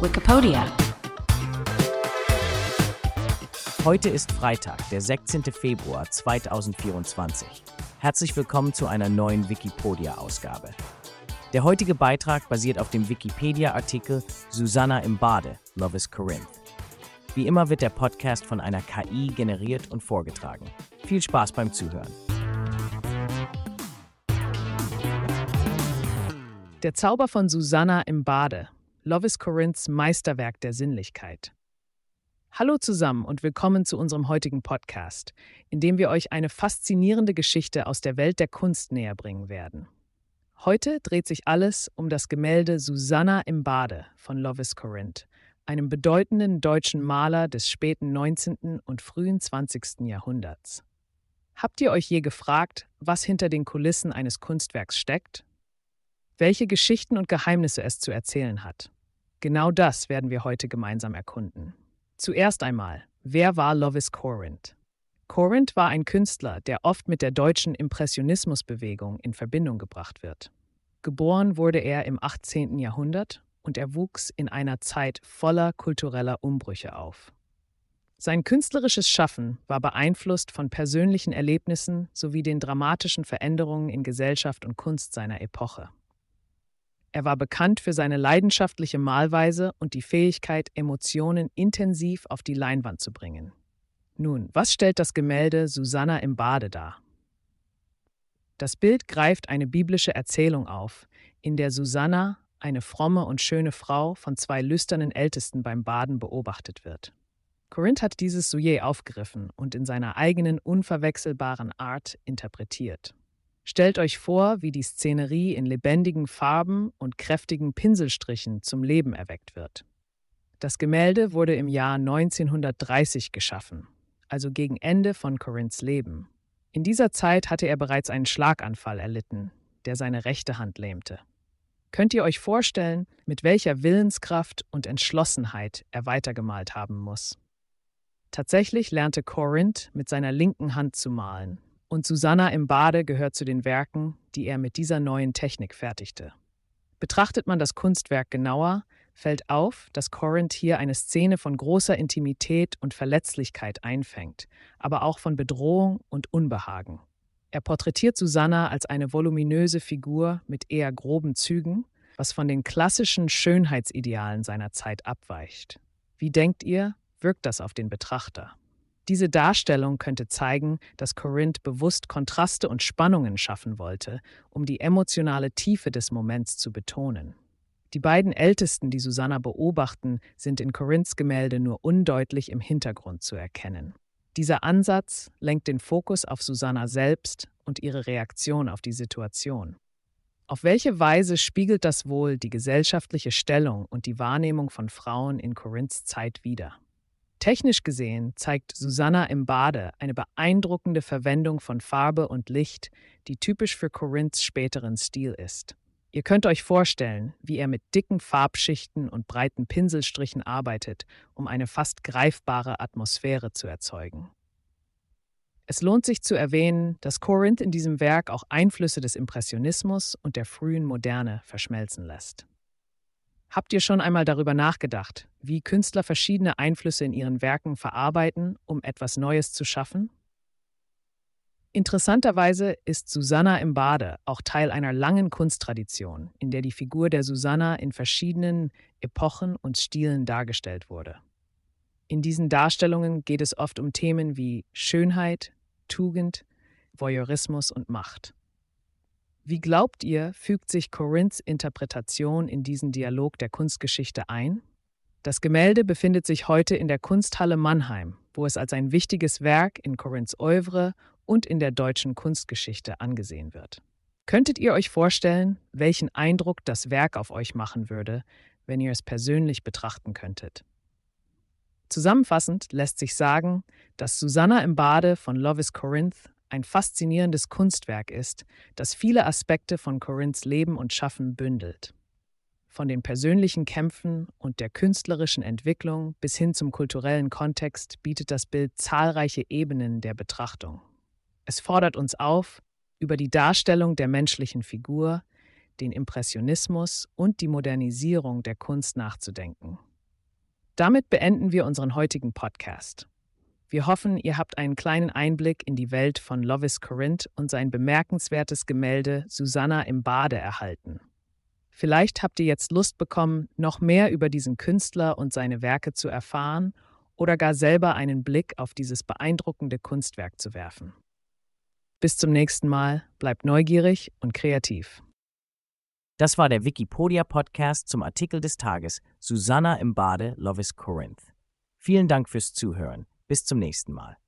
Wikipedia. Heute ist Freitag, der 16. Februar 2024. Herzlich willkommen zu einer neuen Wikipedia-Ausgabe. Der heutige Beitrag basiert auf dem Wikipedia-Artikel Susanna im Bade, Love is Corinth. Wie immer wird der Podcast von einer KI generiert und vorgetragen. Viel Spaß beim Zuhören. Der Zauber von Susanna im Bade, Love is Corinths Meisterwerk der Sinnlichkeit. Hallo zusammen und willkommen zu unserem heutigen Podcast, in dem wir euch eine faszinierende Geschichte aus der Welt der Kunst näher bringen werden. Heute dreht sich alles um das Gemälde Susanna im Bade von Love is Corinth, einem bedeutenden deutschen Maler des späten 19. und frühen 20. Jahrhunderts. Habt ihr euch je gefragt, was hinter den Kulissen eines Kunstwerks steckt? Welche Geschichten und Geheimnisse es zu erzählen hat? Genau das werden wir heute gemeinsam erkunden. Zuerst einmal, wer war Love is Corinth? Corinth war ein Künstler, der oft mit der deutschen Impressionismusbewegung in Verbindung gebracht wird. Geboren wurde er im 18. Jahrhundert und er wuchs in einer Zeit voller kultureller Umbrüche auf. Sein künstlerisches Schaffen war beeinflusst von persönlichen Erlebnissen sowie den dramatischen Veränderungen in Gesellschaft und Kunst seiner Epoche. Er war bekannt für seine leidenschaftliche Malweise und die Fähigkeit, Emotionen intensiv auf die Leinwand zu bringen. Nun, was stellt das Gemälde Susanna im Bade dar? Das Bild greift eine biblische Erzählung auf, in der Susanna, eine fromme und schöne Frau, von zwei lüsternen Ältesten beim Baden beobachtet wird. Corinth hat dieses Sujet aufgegriffen und in seiner eigenen unverwechselbaren Art interpretiert. Stellt euch vor, wie die Szenerie in lebendigen Farben und kräftigen Pinselstrichen zum Leben erweckt wird. Das Gemälde wurde im Jahr 1930 geschaffen, also gegen Ende von Corinths Leben. In dieser Zeit hatte er bereits einen Schlaganfall erlitten, der seine rechte Hand lähmte. Könnt ihr euch vorstellen, mit welcher Willenskraft und Entschlossenheit er weitergemalt haben muss? Tatsächlich lernte Corinth mit seiner linken Hand zu malen. Und Susanna im Bade gehört zu den Werken, die er mit dieser neuen Technik fertigte. Betrachtet man das Kunstwerk genauer, fällt auf, dass Corinth hier eine Szene von großer Intimität und Verletzlichkeit einfängt, aber auch von Bedrohung und Unbehagen. Er porträtiert Susanna als eine voluminöse Figur mit eher groben Zügen, was von den klassischen Schönheitsidealen seiner Zeit abweicht. Wie denkt ihr, wirkt das auf den Betrachter? Diese Darstellung könnte zeigen, dass Corinth bewusst Kontraste und Spannungen schaffen wollte, um die emotionale Tiefe des Moments zu betonen. Die beiden Ältesten, die Susanna beobachten, sind in Corinths Gemälde nur undeutlich im Hintergrund zu erkennen. Dieser Ansatz lenkt den Fokus auf Susanna selbst und ihre Reaktion auf die Situation. Auf welche Weise spiegelt das wohl die gesellschaftliche Stellung und die Wahrnehmung von Frauen in Corinths Zeit wider? Technisch gesehen zeigt Susanna im Bade eine beeindruckende Verwendung von Farbe und Licht, die typisch für Corinths späteren Stil ist. Ihr könnt euch vorstellen, wie er mit dicken Farbschichten und breiten Pinselstrichen arbeitet, um eine fast greifbare Atmosphäre zu erzeugen. Es lohnt sich zu erwähnen, dass Corinth in diesem Werk auch Einflüsse des Impressionismus und der frühen Moderne verschmelzen lässt. Habt ihr schon einmal darüber nachgedacht, wie Künstler verschiedene Einflüsse in ihren Werken verarbeiten, um etwas Neues zu schaffen? Interessanterweise ist Susanna im Bade auch Teil einer langen Kunsttradition, in der die Figur der Susanna in verschiedenen Epochen und Stilen dargestellt wurde. In diesen Darstellungen geht es oft um Themen wie Schönheit, Tugend, Voyeurismus und Macht. Wie glaubt ihr, fügt sich Corinths Interpretation in diesen Dialog der Kunstgeschichte ein? Das Gemälde befindet sich heute in der Kunsthalle Mannheim, wo es als ein wichtiges Werk in Corinths Oeuvre und in der deutschen Kunstgeschichte angesehen wird. Könntet ihr euch vorstellen, welchen Eindruck das Werk auf euch machen würde, wenn ihr es persönlich betrachten könntet? Zusammenfassend lässt sich sagen, dass Susanna im Bade von Love is Corinth ein faszinierendes Kunstwerk ist, das viele Aspekte von Corinths Leben und Schaffen bündelt. Von den persönlichen Kämpfen und der künstlerischen Entwicklung bis hin zum kulturellen Kontext bietet das Bild zahlreiche Ebenen der Betrachtung. Es fordert uns auf, über die Darstellung der menschlichen Figur, den Impressionismus und die Modernisierung der Kunst nachzudenken. Damit beenden wir unseren heutigen Podcast. Wir hoffen, ihr habt einen kleinen Einblick in die Welt von Lovis Corinth und sein bemerkenswertes Gemälde Susanna im Bade erhalten. Vielleicht habt ihr jetzt Lust bekommen, noch mehr über diesen Künstler und seine Werke zu erfahren oder gar selber einen Blick auf dieses beeindruckende Kunstwerk zu werfen. Bis zum nächsten Mal, bleibt neugierig und kreativ. Das war der Wikipedia-Podcast zum Artikel des Tages Susanna im Bade, Lovis Corinth. Vielen Dank fürs Zuhören. Bis zum nächsten Mal.